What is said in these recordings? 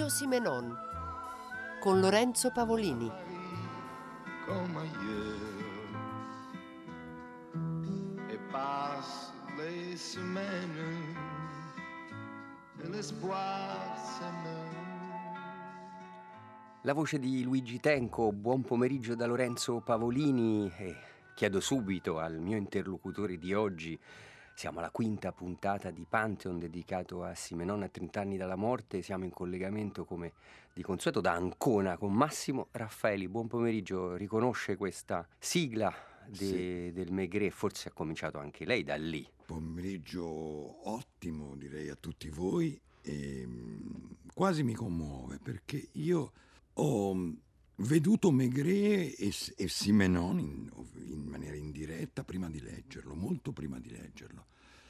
mio Simenon con Lorenzo Pavolini. Comme ailleurs, et passent les semaines, et l'espoir s'émeut. La voce di Luigi Tenco, buon pomeriggio da Lorenzo Pavolini e chiedo subito al mio interlocutore di oggi, siamo alla quinta puntata di Pantheon dedicato a Simenon a 30 anni dalla morte, siamo in collegamento come di consueto da Ancona con Massimo Raffaeli. Buon pomeriggio, riconosce questa sigla del Maigret, forse ha cominciato anche lei da lì. Pomeriggio ottimo direi a tutti voi e quasi mi commuove perché io ho veduto Maigret e Simenon in maniera indiretta prima di leggerlo, molto prima di leggerlo.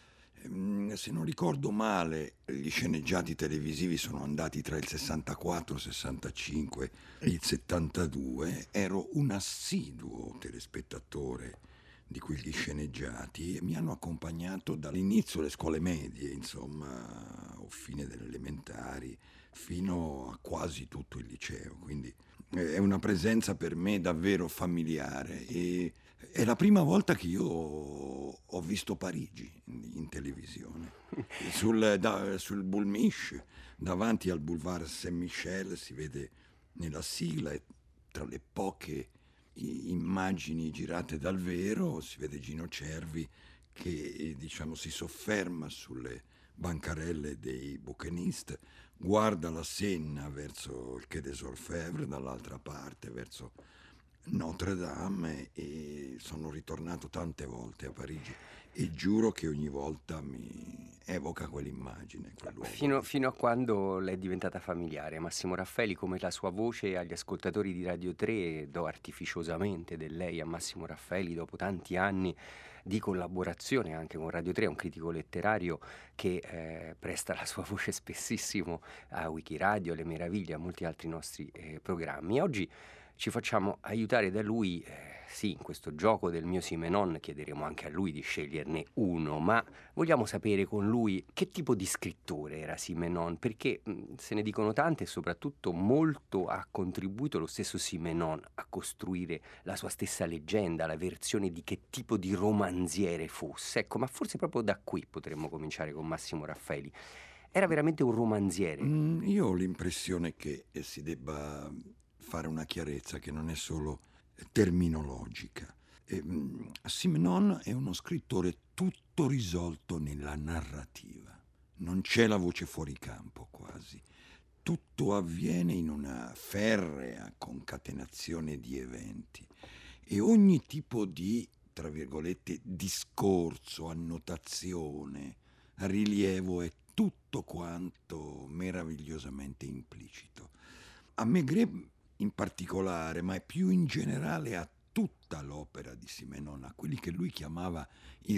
Se non ricordo male, gli sceneggiati televisivi sono andati tra il 64, il 65 e il 72. Ero un assiduo telespettatore di quegli sceneggiati e mi hanno accompagnato dall'inizio delle scuole medie, insomma, o fine delle elementari, fino a quasi tutto il liceo, quindi è una presenza per me davvero familiare e è la prima volta che io ho visto Parigi in televisione, sul Boulmiche, davanti al Boulevard Saint-Michel, si vede nella sigla e tra le poche immagini girate dal vero si vede Gino Cervi che diciamo si sofferma sulle bancarelle dei bouquinistes, guarda la Senna verso il Quai des Orfèvres, dall'altra parte verso Notre Dame, e sono ritornato tante volte a Parigi e giuro che ogni volta mi evoca quell'immagine, quel luogo. Fino a quando le è diventata familiare Massimo Raffaeli, come la sua voce agli ascoltatori di Radio 3, do artificiosamente del lei a Massimo Raffaeli dopo tanti anni di collaborazione anche con Radio 3, un critico letterario che presta la sua voce spessissimo a Wikiradio, alle Meraviglie, a molti altri nostri programmi. Oggi ci facciamo aiutare da lui, sì, in questo gioco del mio Simenon chiederemo anche a lui di sceglierne uno, ma vogliamo sapere con lui che tipo di scrittore era Simenon, perché se ne dicono tante e soprattutto molto ha contribuito lo stesso Simenon a costruire la sua stessa leggenda, la versione di che tipo di romanziere fosse. Ecco, ma forse proprio da qui potremmo cominciare con Massimo Raffaeli. Era veramente un romanziere? Io ho l'impressione che si debba fare una chiarezza che non è solo terminologica. Simenon è uno scrittore tutto risolto nella narrativa. Non c'è la voce fuori campo quasi. Tutto avviene in una ferrea concatenazione di eventi e ogni tipo di, tra virgolette, discorso, annotazione, rilievo è tutto quanto meravigliosamente implicito. A Maigret in particolare, ma più in generale a tutta l'opera di Simenon, a quelli che lui chiamava i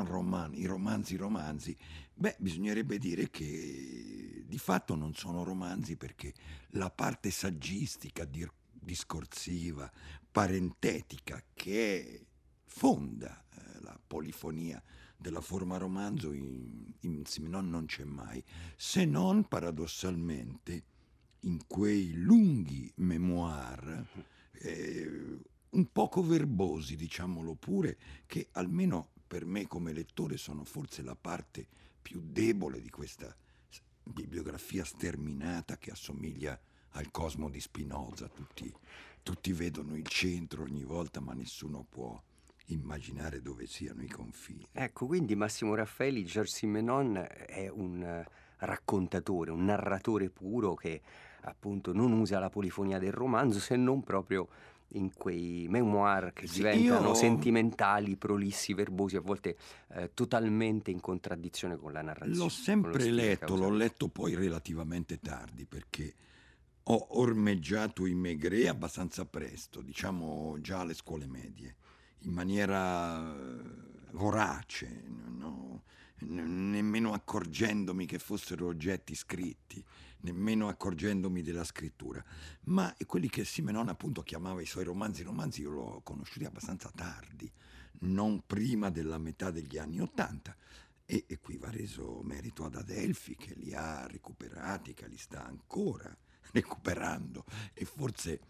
romanzi, bisognerebbe dire che di fatto non sono romanzi perché la parte saggistica, discorsiva, parentetica che fonda la polifonia della forma romanzo in Simenon non c'è mai, se non paradossalmente in quei lunghi memoir un poco verbosi, diciamolo pure, che almeno per me come lettore sono forse la parte più debole di questa bibliografia sterminata che assomiglia al Cosmo di Spinoza. Tutti vedono il centro ogni volta, ma nessuno può immaginare dove siano i confini. Ecco, quindi Massimo Raffaeli, Georges Simenon è un raccontatore, un narratore puro che appunto non usa la polifonia del romanzo se non proprio in quei memoir che diventano sentimentali, prolissi, verbosi, a volte totalmente in contraddizione con la narrazione. L'ho sempre letto, l'ho letto poi relativamente tardi perché ho ormeggiato i Maigret abbastanza presto, diciamo già alle scuole medie, in maniera vorace, no? Nemmeno accorgendomi che fossero oggetti scritti, nemmeno accorgendomi della scrittura. Ma quelli che Simenon appunto chiamava i suoi romanzi io l'ho conosciuti abbastanza tardi, non prima della metà degli anni '80. e qui va reso merito ad Adelphi, che li ha recuperati, che li sta ancora recuperando, e forse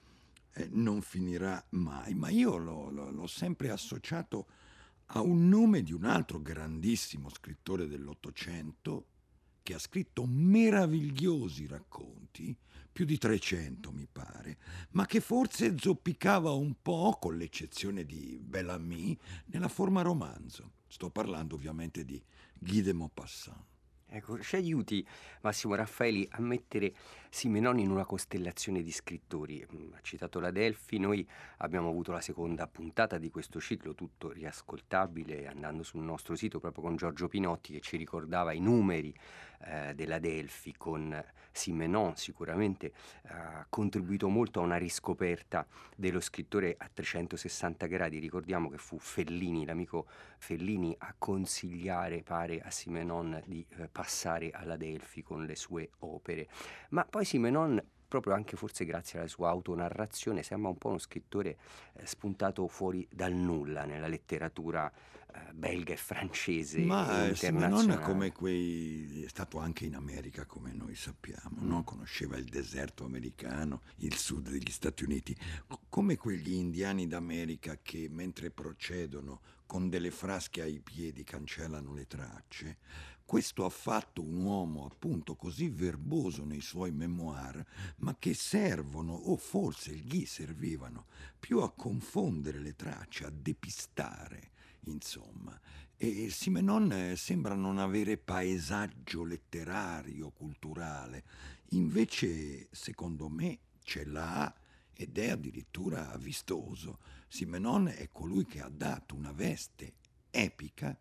non finirà mai. Ma io l'ho sempre associato a un nome di un altro grandissimo scrittore dell'Ottocento, che ha scritto meravigliosi racconti, più di 300 mi pare, ma che forse zoppicava un po', con l'eccezione di Bel-Ami, nella forma romanzo. Sto parlando ovviamente di Guy de Maupassant. Ecco, ci aiuti Massimo Raffaeli a mettere Simenon in una costellazione di scrittori. Ha citato la Delphi, noi abbiamo avuto la seconda puntata di questo ciclo, tutto riascoltabile, andando sul nostro sito proprio con Giorgio Pinotti, che ci ricordava i numeri della Delphi con Simenon. Sicuramente ha contribuito molto a una riscoperta dello scrittore a 360 gradi. Ricordiamo che fu Fellini, l'amico Fellini, a consigliare, pare, a Simenon di passare alla Delphi con le sue opere. Ma poi Simenon, proprio anche forse grazie alla sua autonarrazione, sembra un po' uno scrittore spuntato fuori dal nulla nella letteratura belga e francese e Ma Simenon è come internazionale. è stato anche in America, come noi sappiamo, no? Conosceva il deserto americano, il sud degli Stati Uniti, come quegli indiani d'America che mentre procedono con delle frasche ai piedi cancellano le tracce. Questo ha fatto un uomo appunto così verboso nei suoi memoir, ma che servono, o forse gli servivano, più a confondere le tracce, a depistare, insomma. E Simenon sembra non avere paesaggio letterario, culturale. Invece, secondo me, ce l'ha, ed è addirittura vistoso. Simenon è colui che ha dato una veste epica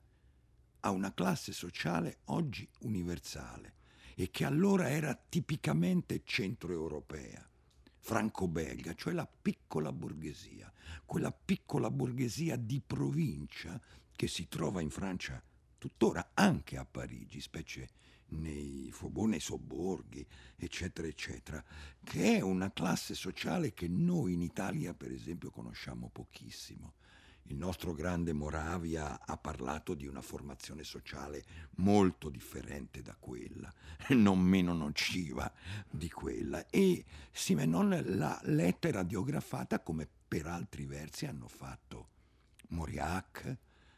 a una classe sociale oggi universale e che allora era tipicamente centroeuropea, franco-belga, cioè la piccola borghesia, quella piccola borghesia di provincia che si trova in Francia tuttora, anche a Parigi, specie nei faubourg, nei sobborghi, eccetera, eccetera, che è una classe sociale che noi in Italia, per esempio, conosciamo pochissimo. Il nostro grande Moravia ha parlato di una formazione sociale molto differente da quella, non meno nociva di quella, e Simenon l'ha letta e radiografata come per altri versi hanno fatto Mauriac,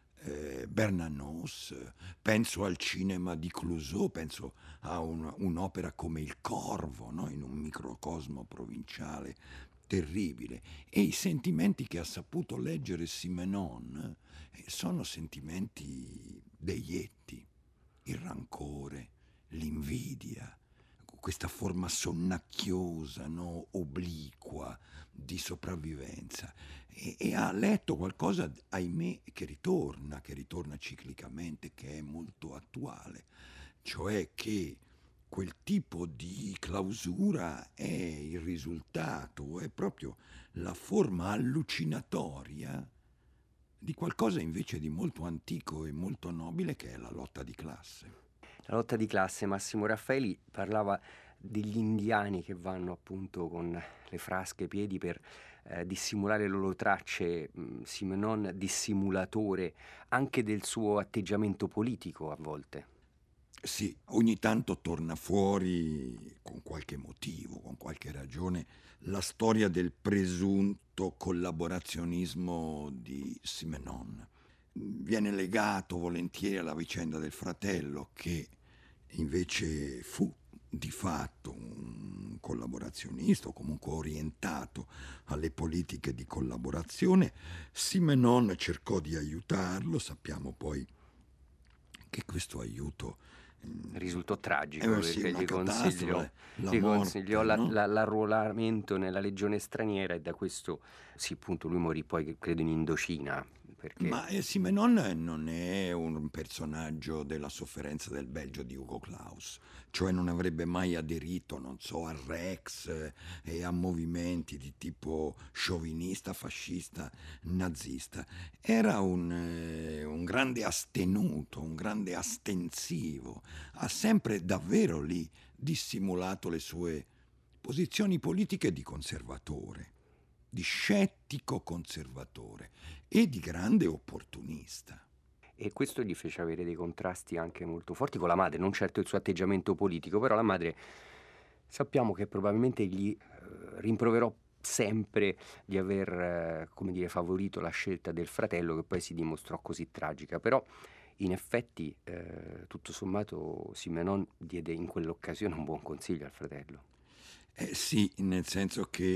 Bernanos. Penso al cinema di Clouseau, penso a un'opera come Il Corvo, no? In un microcosmo provinciale terribile. E i sentimenti che ha saputo leggere Simenon sono sentimenti deietti, il rancore, l'invidia, questa forma sonnacchiosa, no? Obliqua di sopravvivenza. E ha letto qualcosa, ahimè, che ritorna ciclicamente, che è molto attuale, cioè che quel tipo di clausura è il risultato, è proprio la forma allucinatoria di qualcosa invece di molto antico e molto nobile, che è la lotta di classe. La lotta di classe, Massimo Raffaeli parlava degli indiani che vanno appunto con le frasche ai piedi per dissimulare le loro tracce. Simenon dissimulatore anche del suo atteggiamento politico a volte. Sì, ogni tanto torna fuori, con qualche motivo, con qualche ragione, la storia del presunto collaborazionismo di Simenon. Viene legato volentieri alla vicenda del fratello, che invece fu di fatto un collaborazionista, o comunque orientato alle politiche di collaborazione. Simenon cercò di aiutarlo, sappiamo poi che questo aiuto Risultò tragico sì, perché una gli catastrofe, la gli morte, consigliò no? l'arruolamento nella legione straniera, e da questo sì, appunto, lui morì poi credo in Indocina, perché Ma Simenon non è un personaggio della sofferenza del Belgio di Hugo Claus, cioè non avrebbe mai aderito, non so, al Rex e a movimenti di tipo sciovinista, fascista, nazista. Era un grande astenuto, un grande astensivo, ha sempre davvero lì dissimulato le sue posizioni politiche di conservatore, di scettico conservatore e di grande opportunista. E questo gli fece avere dei contrasti anche molto forti con la madre, non certo il suo atteggiamento politico, però la madre sappiamo che probabilmente gli rimproverò sempre di aver, come dire, favorito la scelta del fratello che poi si dimostrò così tragica. Però in effetti, tutto sommato, Simenon diede in quell'occasione un buon consiglio al fratello. Sì, nel senso che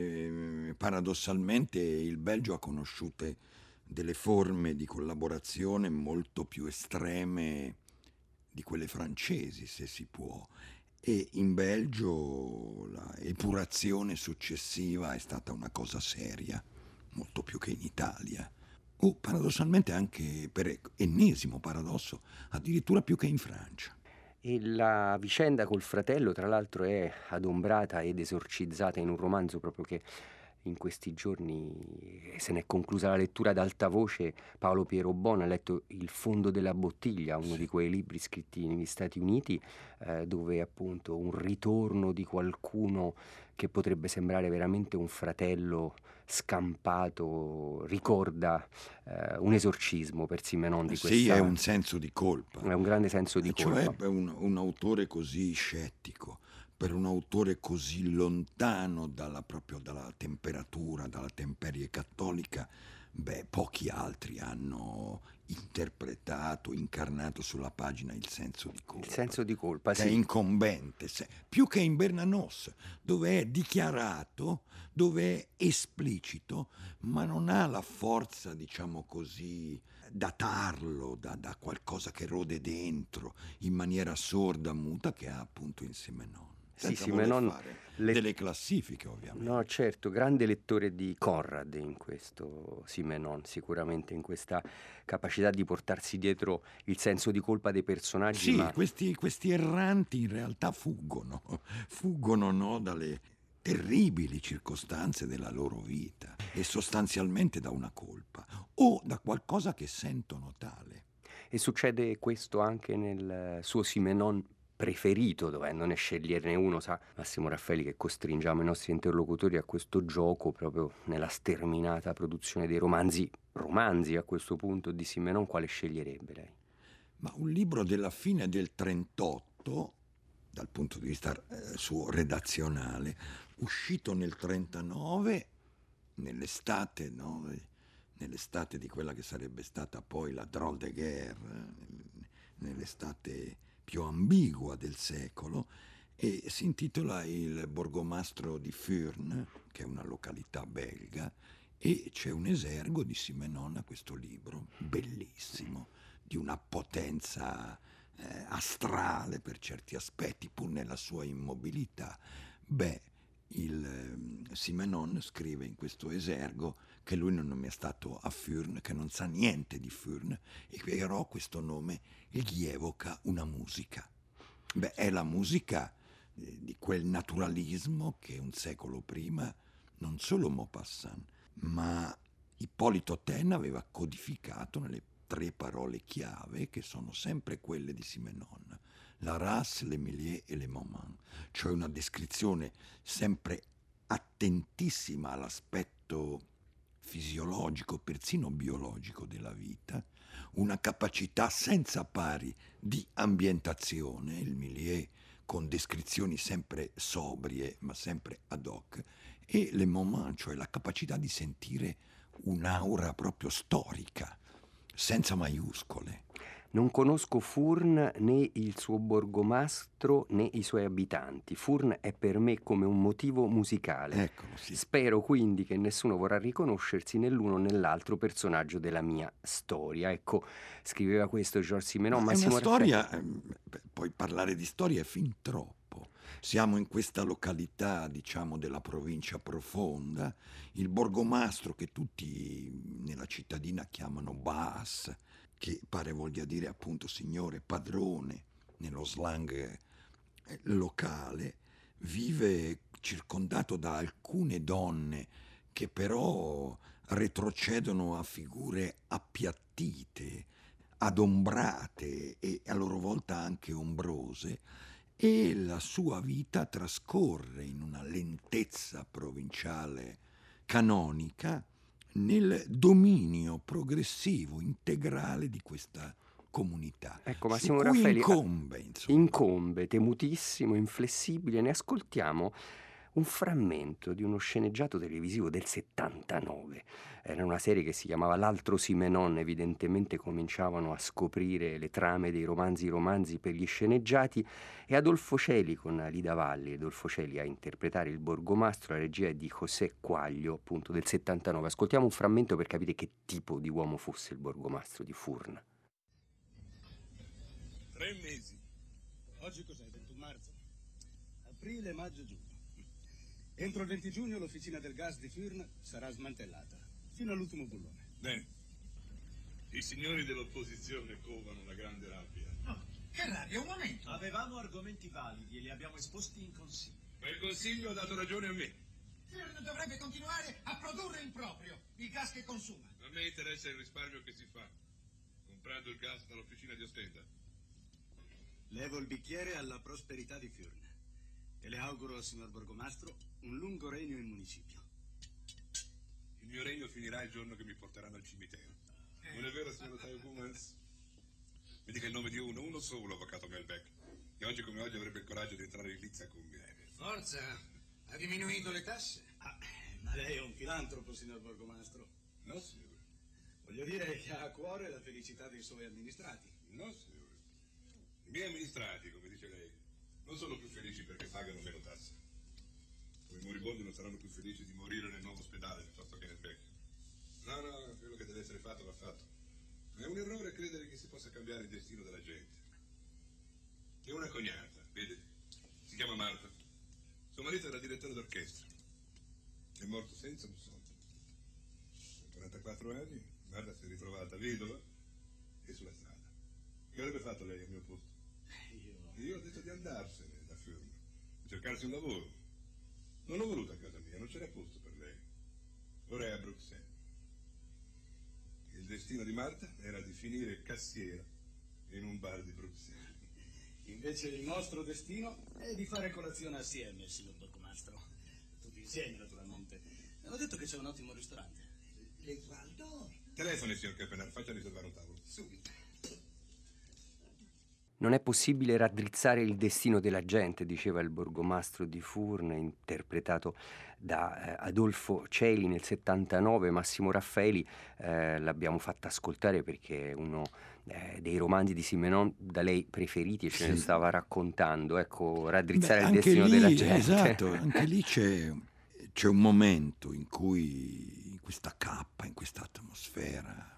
paradossalmente il Belgio ha conosciute delle forme di collaborazione molto più estreme di quelle francesi, se si può. E in Belgio la epurazione successiva è stata una cosa seria, molto più che in Italia. O paradossalmente anche, per ennesimo paradosso, addirittura più che in Francia. E la vicenda col fratello, tra l'altro, è adombrata ed esorcizzata in un romanzo proprio che in questi giorni se n'è conclusa la lettura ad alta voce. Paolo Piero Bono ha letto Il fondo della bottiglia, uno di Sì. quei libri scritti negli Stati Uniti, dove appunto un ritorno di qualcuno che potrebbe sembrare veramente un fratello scampato ricorda un esorcismo per Simenon di Sì, è questa... un senso di colpa. È un grande senso di Cioè colpa. per un autore così scettico, per un autore così lontano proprio dalla temperatura, dalla temperie cattolica, pochi altri hanno interpretato, incarnato sulla pagina il senso di Il colpa, senso di colpa, che è sì. incombente, più che in Bernanos, dove è dichiarato, dove è esplicito, ma non ha la forza, diciamo così, da tarlo, da qualcosa che rode dentro in maniera sorda, muta, che ha appunto in Simenon. Sì, Senza voler Simenon, fare le- delle classifiche, no, ovviamente. certo, grande lettore di Conrad in questo Simenon, sicuramente in questa capacità di portarsi dietro il senso di colpa dei personaggi, Sì, ma questi erranti in realtà fuggono, fuggono, no, dalle terribili circostanze della loro vita e sostanzialmente da una colpa o da qualcosa che sentono tale. e succede questo anche nel suo Simenon preferito, dovendone sceglierne uno, sa Massimo Raffaeli che costringiamo i nostri interlocutori a questo gioco proprio nella sterminata produzione dei romanzi a questo punto di Simenon, quale sceglierebbe lei? Ma un libro della fine del 38, dal punto di vista suo redazionale, uscito nel 39, nell'estate, no? Nell'estate di quella che sarebbe stata poi la Drôle de Guerre, nell'estate più ambigua del secolo, e si intitola Il borgomastro di Furnes, che è una località belga, e c'è un esergo di Simenon a questo libro, bellissimo, di una potenza astrale per certi aspetti, pur nella sua immobilità. Simenon scrive in questo esergo che lui non è mai stato a Furnes, che non sa niente di Furnes, e però questo nome gli evoca una musica. È la musica di quel naturalismo che un secolo prima non solo Maupassant, ma Ippolito Taine aveva codificato nelle 3 parole chiave che sono sempre quelle di Simenon: la race, le milieu e le moment, cioè una descrizione sempre attentissima all'aspetto fisiologico, persino biologico della vita, una capacità senza pari di ambientazione, il milieu con descrizioni sempre sobrie ma sempre ad hoc, e le moment, cioè la capacità di sentire un'aura proprio storica, senza maiuscole. Non conosco Furnes né il suo borgomastro né i suoi abitanti. Furnes è per me come un motivo musicale. Eccolo, sì. Spero quindi che nessuno vorrà riconoscersi nell'uno o nell'altro personaggio della mia storia. Ecco, scriveva questo Georges Simenon. Ma è una Massimo Raffaele. storia, poi parlare di storia è fin troppo. Siamo in questa località, diciamo, della provincia profonda, il borgomastro che tutti nella cittadina chiamano Bas, che pare voglia dire appunto signore, padrone, nello slang locale, vive circondato da alcune donne che però retrocedono a figure appiattite, adombrate e a loro volta anche ombrose, e la sua vita trascorre in una lentezza provinciale canonica, nel dominio progressivo, integrale di questa comunità, Ecco, su Massimo cui Raffaeli incombe, insomma. incombe, temutissimo, inflessibile. Ne ascoltiamo un frammento di uno sceneggiato televisivo del 79. Era una serie che si chiamava L'altro Simenon, evidentemente cominciavano a scoprire le trame dei romanzi per gli sceneggiati, e Adolfo Celi con Lida Valli. Adolfo Celi a interpretare il borgomastro, la regia è di José Quaglio, appunto del 79. Ascoltiamo un frammento per capire che tipo di uomo fosse il borgomastro di Furna. 3 mesi. Oggi cos'è? 21 marzo? Aprile, maggio, giugno. Entro il 20 giugno l'officina del gas di Furna sarà smantellata, fino all'ultimo bullone. Bene. I signori dell'opposizione covano una grande rabbia. No, che rabbia, un momento. Avevamo argomenti validi e li abbiamo esposti in consiglio. Ma il Consiglio ha dato ragione a me. Furna dovrebbe continuare a produrre in proprio il gas che consuma. A me interessa il risparmio che si fa, comprando il gas dall'officina di Ostenda. Levo il bicchiere alla prosperità di Furna e le auguro al signor Borgomastro un lungo regno in municipio. Il mio regno finirà il giorno che mi porteranno al cimitero. Non è vero, signor notaio Gumens? Mi dica il nome di uno solo, avvocato Melbeck, che oggi come oggi avrebbe il coraggio di entrare in lizza con me. Forza, ha diminuito le tasse. Ma lei è un filantropo, signor Borgomastro. No, signore. Voglio dire che ha a cuore la felicità dei suoi amministrati. No, signore. I miei amministrati, come dice lei, non sono più felici perché pagano meno tasse. Come i moribondi non saranno più felici di morire nel nuovo ospedale piuttosto che nel vecchio. No, quello che deve essere fatto va fatto. Ma è un errore credere che si possa cambiare il destino della gente. E una cognata, vede, si chiama Marta. Suo marito era direttore d'orchestra. È morto senza un soldo. A 44 anni, Marta si è ritrovata vedova e sulla strada. Che avrebbe fatto lei al mio posto? Io ho detto di andarsene da Furna, di cercarsi un lavoro. Non l'ho voluta a casa mia, non c'era posto per lei. Ora è a Bruxelles. Il destino di Marta era di finire cassiera in un bar di Bruxelles. Invece il nostro destino è di fare colazione assieme, signor Borgomastro. Tutti insieme, naturalmente. Ho detto che c'è un ottimo ristorante. Le Gualdoni. Telefoni, signor Capenar, faccia riservare un tavolo. Subito. Non è possibile raddrizzare il destino della gente, diceva il borgomastro di Furna, interpretato da Adolfo Celi nel 79. Massimo Raffaeli l'abbiamo fatta ascoltare perché è uno dei romanzi di Simenon da lei preferiti e ce ne stava raccontando. Ecco, raddrizzare il destino della gente. Esatto, anche lì c'è un momento in cui in questa cappa, in questa atmosfera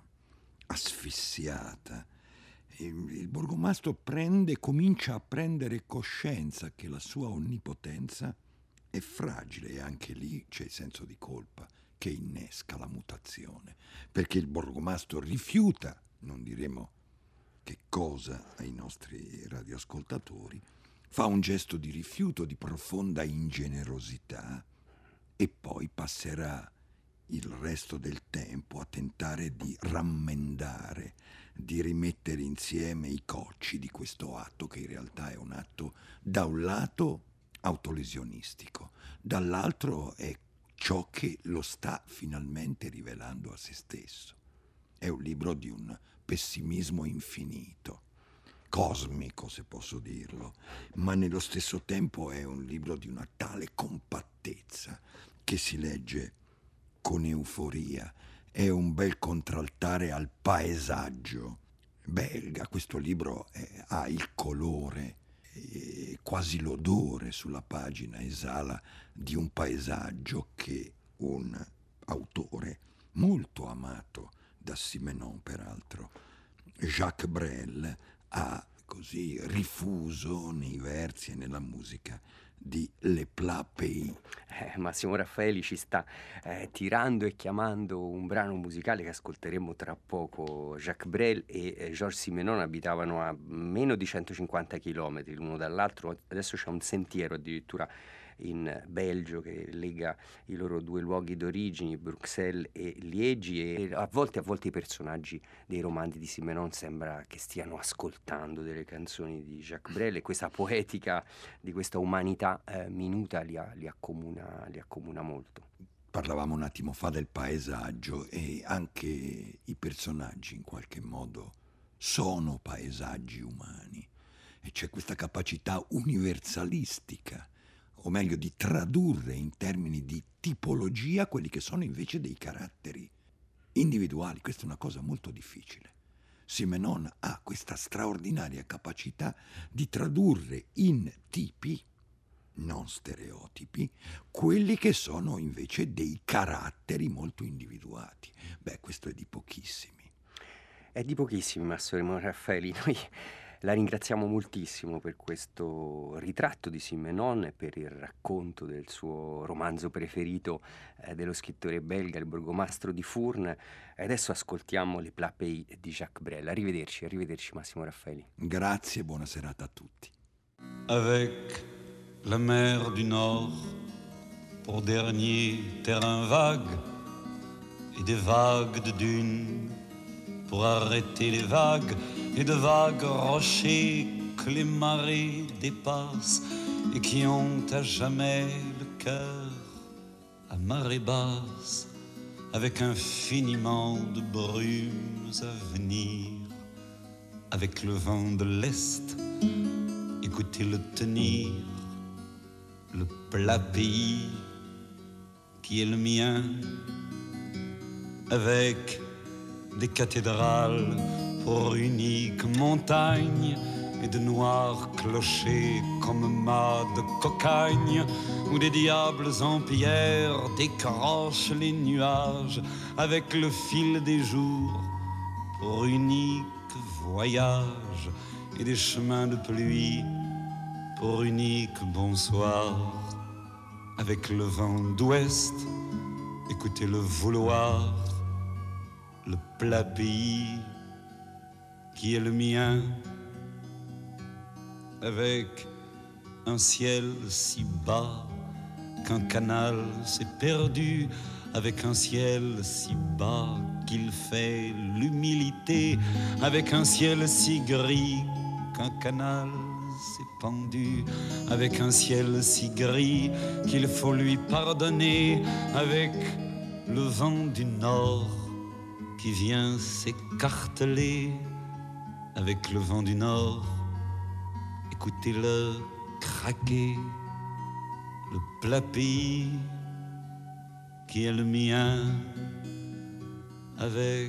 asfissiata, il borgomastro comincia a prendere coscienza che la sua onnipotenza è fragile, e anche lì c'è il senso di colpa che innesca la mutazione, perché il borgomastro rifiuta, non diremo che cosa ai nostri radioascoltatori, fa un gesto di rifiuto, di profonda ingenerosità, e poi passerà il resto del tempo a tentare di rammendare, di rimettere insieme i cocci di questo atto, che in realtà è un atto da un lato autolesionistico, dall'altro è ciò che lo sta finalmente rivelando a se stesso. È un libro di un pessimismo infinito, cosmico se posso dirlo, ma nello stesso tempo è un libro di una tale compattezza che si legge con euforia. È un bel contraltare al paesaggio belga. Questo libro ha il colore e quasi l'odore sulla pagina, esala di un paesaggio che un autore molto amato da Simenon, peraltro, Jacques Brel, ha così rifuso nei versi e nella musica di Le Plat Pays. Massimo Raffaeli ci sta tirando e chiamando un brano musicale che ascolteremo tra poco. Jacques Brel e Georges Simenon abitavano a meno di 150 chilometri l'uno dall'altro. Adesso c'è un sentiero addirittura in Belgio che lega i loro due luoghi d'origine, Bruxelles e Liegi, e a volte i personaggi dei romanzi di Simenon sembra che stiano ascoltando delle canzoni di Jacques Brel, e questa poetica di questa umanità minuta li accomuna molto. Parlavamo un attimo fa del paesaggio e anche i personaggi in qualche modo sono paesaggi umani e c'è questa capacità universalistica, o meglio di tradurre in termini di tipologia quelli che sono invece dei caratteri individuali. Questa è una cosa molto difficile. Simenon ha questa straordinaria capacità di tradurre in tipi, non stereotipi, quelli che sono invece dei caratteri molto individuati. Beh, questo è di pochissimi. È di pochissimi, Massimo Raffaeli. Noi la ringraziamo moltissimo per questo ritratto di Simenon e per il racconto del suo romanzo preferito, dello scrittore belga, il Borgomastro di Fournes. E adesso ascoltiamo Les Plats Pays di Jacques Brel. Arrivederci Massimo Raffaeli. Grazie e buona serata a tutti. Avec la mer du Nord pour dernier terrain vague et des vagues de dunes pour arrêter les vagues et de vagues rochers que les marées dépassent et qui ont à jamais le cœur à marée basse avec infiniment de brumes à venir, avec le vent de l'Est, écoutez-le tenir, le plat pays qui est le mien, avec des cathédrales pour unique montagne et de noirs clochers comme mâts de cocagne où des diables en pierre décrochent les nuages avec le fil des jours pour unique voyage et des chemins de pluie pour unique bonsoir avec le vent d'ouest, écoutez le vouloir, le plat pays qui est le mien, avec un ciel si bas qu'un canal s'est perdu, avec un ciel si bas qu'il fait l'humilité, avec un ciel si gris qu'un canal s'est pendu, avec un ciel si gris qu'il faut lui pardonner, avec le vent du nord qui vient s'écarteler, avec le vent du nord, écoutez-le craquer, le plat pays qui est le mien, avec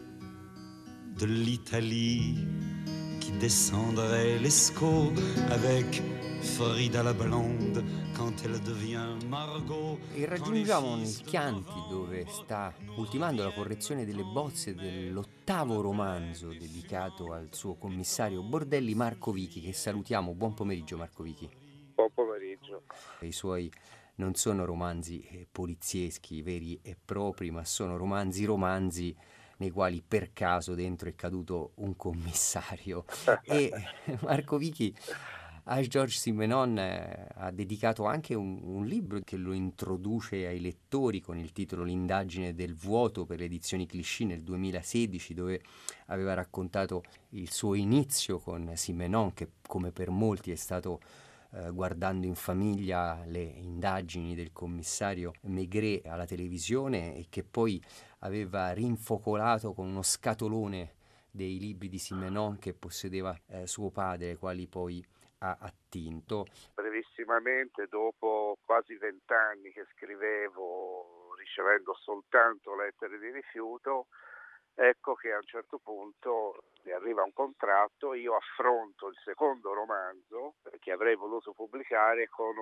de l'Italie qui descendrait l'Escaut, avec Frida la blonde quand elle devient Margot. E raggiungiamo nel Chianti, dove sta ultimando la correzione delle bozze dell'8º romanzo dedicato al suo commissario Bordelli, Marco Vichi, che salutiamo. Buon pomeriggio Marco Vichi. Buon pomeriggio. I suoi non sono romanzi polizieschi veri e propri, ma sono romanzi nei quali per caso dentro è caduto un commissario. E Marco Vichi a Georges Simenon ha dedicato anche un libro che lo introduce ai lettori con il titolo L'indagine del vuoto per le edizioni Clichy nel 2016, dove aveva raccontato il suo inizio con Simenon, che come per molti è stato guardando in famiglia le indagini del commissario Maigret alla televisione e che poi aveva rinfocolato con uno scatolone dei libri di Simenon che possedeva suo padre, ai quali poi ha attinto. Brevissimamente, dopo quasi 20 anni che scrivevo ricevendo soltanto lettere di rifiuto, ecco che a un certo punto mi arriva un contratto, io affronto il secondo romanzo che avrei voluto pubblicare con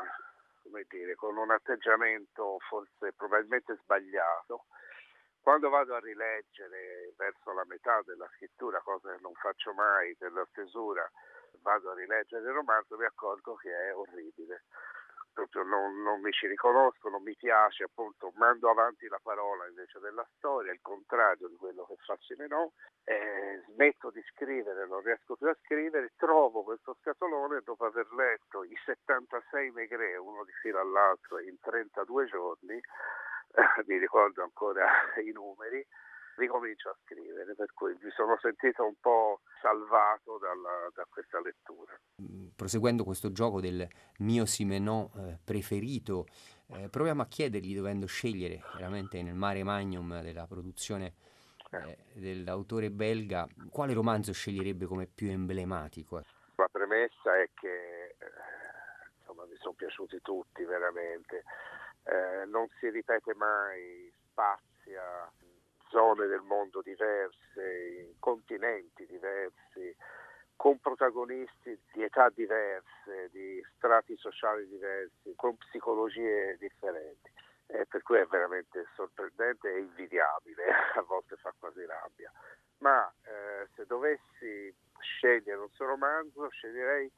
con un atteggiamento forse probabilmente sbagliato. Quando vado a rileggere verso la metà della scrittura, cosa che non faccio mai della stesura, vado a rileggere il romanzo, mi accorgo che è orribile. Proprio non mi ci riconosco, non mi piace, appunto mando avanti la parola invece della storia, il contrario di quello che fa Simenon, smetto di scrivere, non riesco più a scrivere, trovo questo scatolone dopo aver letto i 76 Maigret, uno di fila all'altro in 32 giorni, mi ricordo ancora i numeri, ricomincio a scrivere, per cui mi sono sentito un po' salvato da questa lettura. Proseguendo questo gioco del mio Simenon preferito, proviamo a chiedergli, dovendo scegliere veramente nel mare magnum della produzione dell'autore belga, quale romanzo sceglierebbe come più emblematico? La premessa è che insomma, mi sono piaciuti tutti veramente, non si ripete mai, spazia zone del mondo diverse, continenti diversi, con protagonisti di età diverse, di strati sociali diversi, con psicologie differenti. Per cui è veramente sorprendente e invidiabile, a volte fa quasi rabbia. Ma se dovessi scegliere un solo romanzo, sceglierei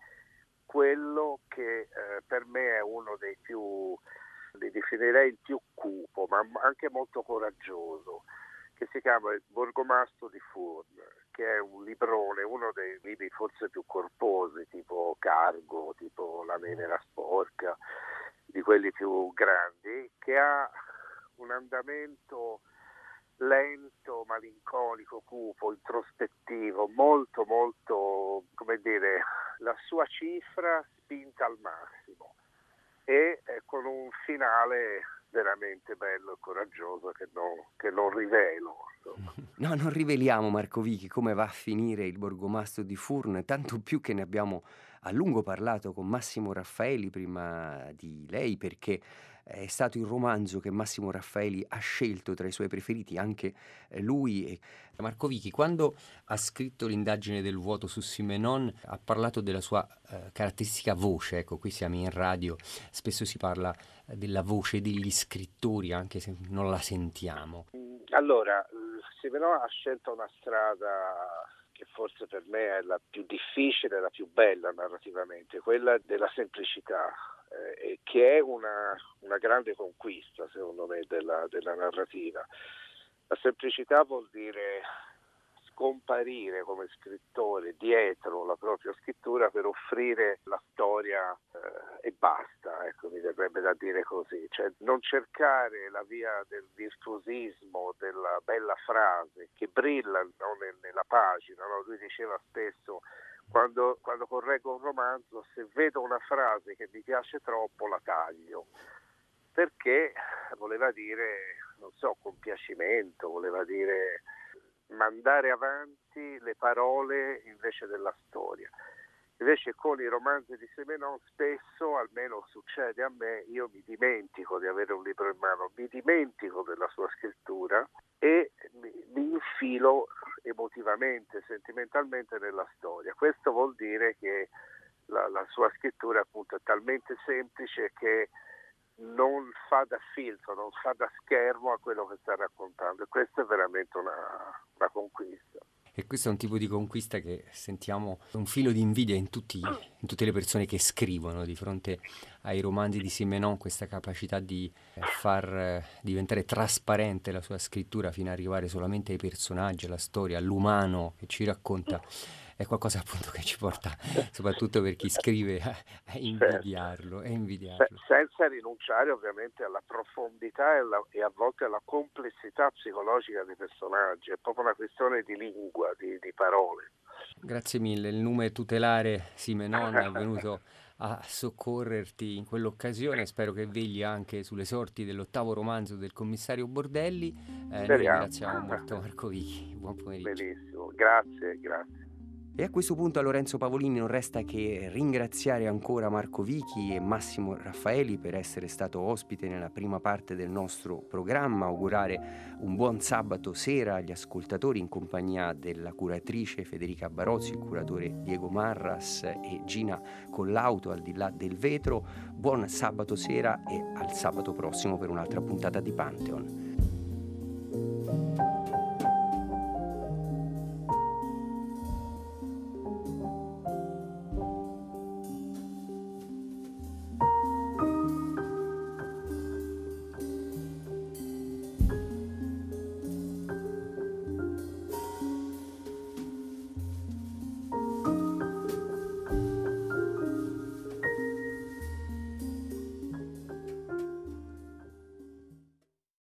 quello che per me è uno dei più, li definirei il più cupo, ma anche molto coraggioso, che si chiama Il Borgomastro di Furn, che è un librone, uno dei libri forse più corposi, tipo Cargo, tipo La Venera sporca, di quelli più grandi, che ha un andamento lento, malinconico, cupo, introspettivo, molto, molto, come dire, la sua cifra spinta al massimo e con un finale veramente bello e coraggioso che non rivelo. Insomma. No, non riveliamo, Marco Vichi, come va a finire Il Borgomastro di Furn, tanto più che ne abbiamo a lungo parlato con Massimo Raffaeli prima di lei, perché è stato il romanzo che Massimo Raffaeli ha scelto tra i suoi preferiti, anche lui. E Marco Vichi, quando ha scritto L'indagine del vuoto su Simenon, ha parlato della sua caratteristica voce. Ecco, qui siamo in radio, spesso si parla della voce degli scrittori, anche se non la sentiamo. Allora, Simenon ha scelto una strada che forse per me è la più difficile e la più bella narrativamente, quella della semplicità, che è una grande conquista, secondo me, della narrativa. La semplicità vuol dire scomparire come scrittore dietro la propria scrittura per offrire la storia e basta, ecco, mi verrebbe da dire così, cioè non cercare la via del virtuosismo, della bella frase che brilla nella pagina, no? Lui diceva spesso, quando correggo un romanzo, se vedo una frase che mi piace troppo la taglio, perché voleva dire, non so, compiacimento, voleva dire mandare avanti le parole invece della storia. Invece con i romanzi di Simenon spesso, almeno succede a me, io mi dimentico di avere un libro in mano, mi dimentico della sua scrittura e mi infilo emotivamente, sentimentalmente nella storia. Questo vuol dire che la sua scrittura appunto è talmente semplice che non fa da filtro, non fa da schermo a quello che sta raccontando, e questa è veramente una conquista. E questo è un tipo di conquista che sentiamo un filo di invidia in tutte le persone che scrivono di fronte ai romanzi di Simenon, questa capacità di far diventare trasparente la sua scrittura fino ad arrivare solamente ai personaggi, alla storia, all'umano che ci racconta. È qualcosa appunto che ci porta, soprattutto per chi scrive, a invidiarlo. Senza rinunciare ovviamente alla profondità e a volte alla complessità psicologica dei personaggi, è proprio una questione di lingua, di parole. Grazie mille, il nume tutelare Simenon è venuto a soccorrerti in quell'occasione, spero che vegli anche sulle sorti dell'8º romanzo del commissario Bordelli. Noi ringraziamo molto Marco Vichi, buon pomeriggio. Benissimo, grazie. E a questo punto a Lorenzo Pavolini non resta che ringraziare ancora Marco Vichi e Massimo Raffaeli per essere stato ospite nella prima parte del nostro programma, augurare un buon sabato sera agli ascoltatori in compagnia della curatrice Federica Barozzi, il curatore Diego Marras e Gina Collauto al di là del vetro. Buon sabato sera e al sabato prossimo per un'altra puntata di Pantheon.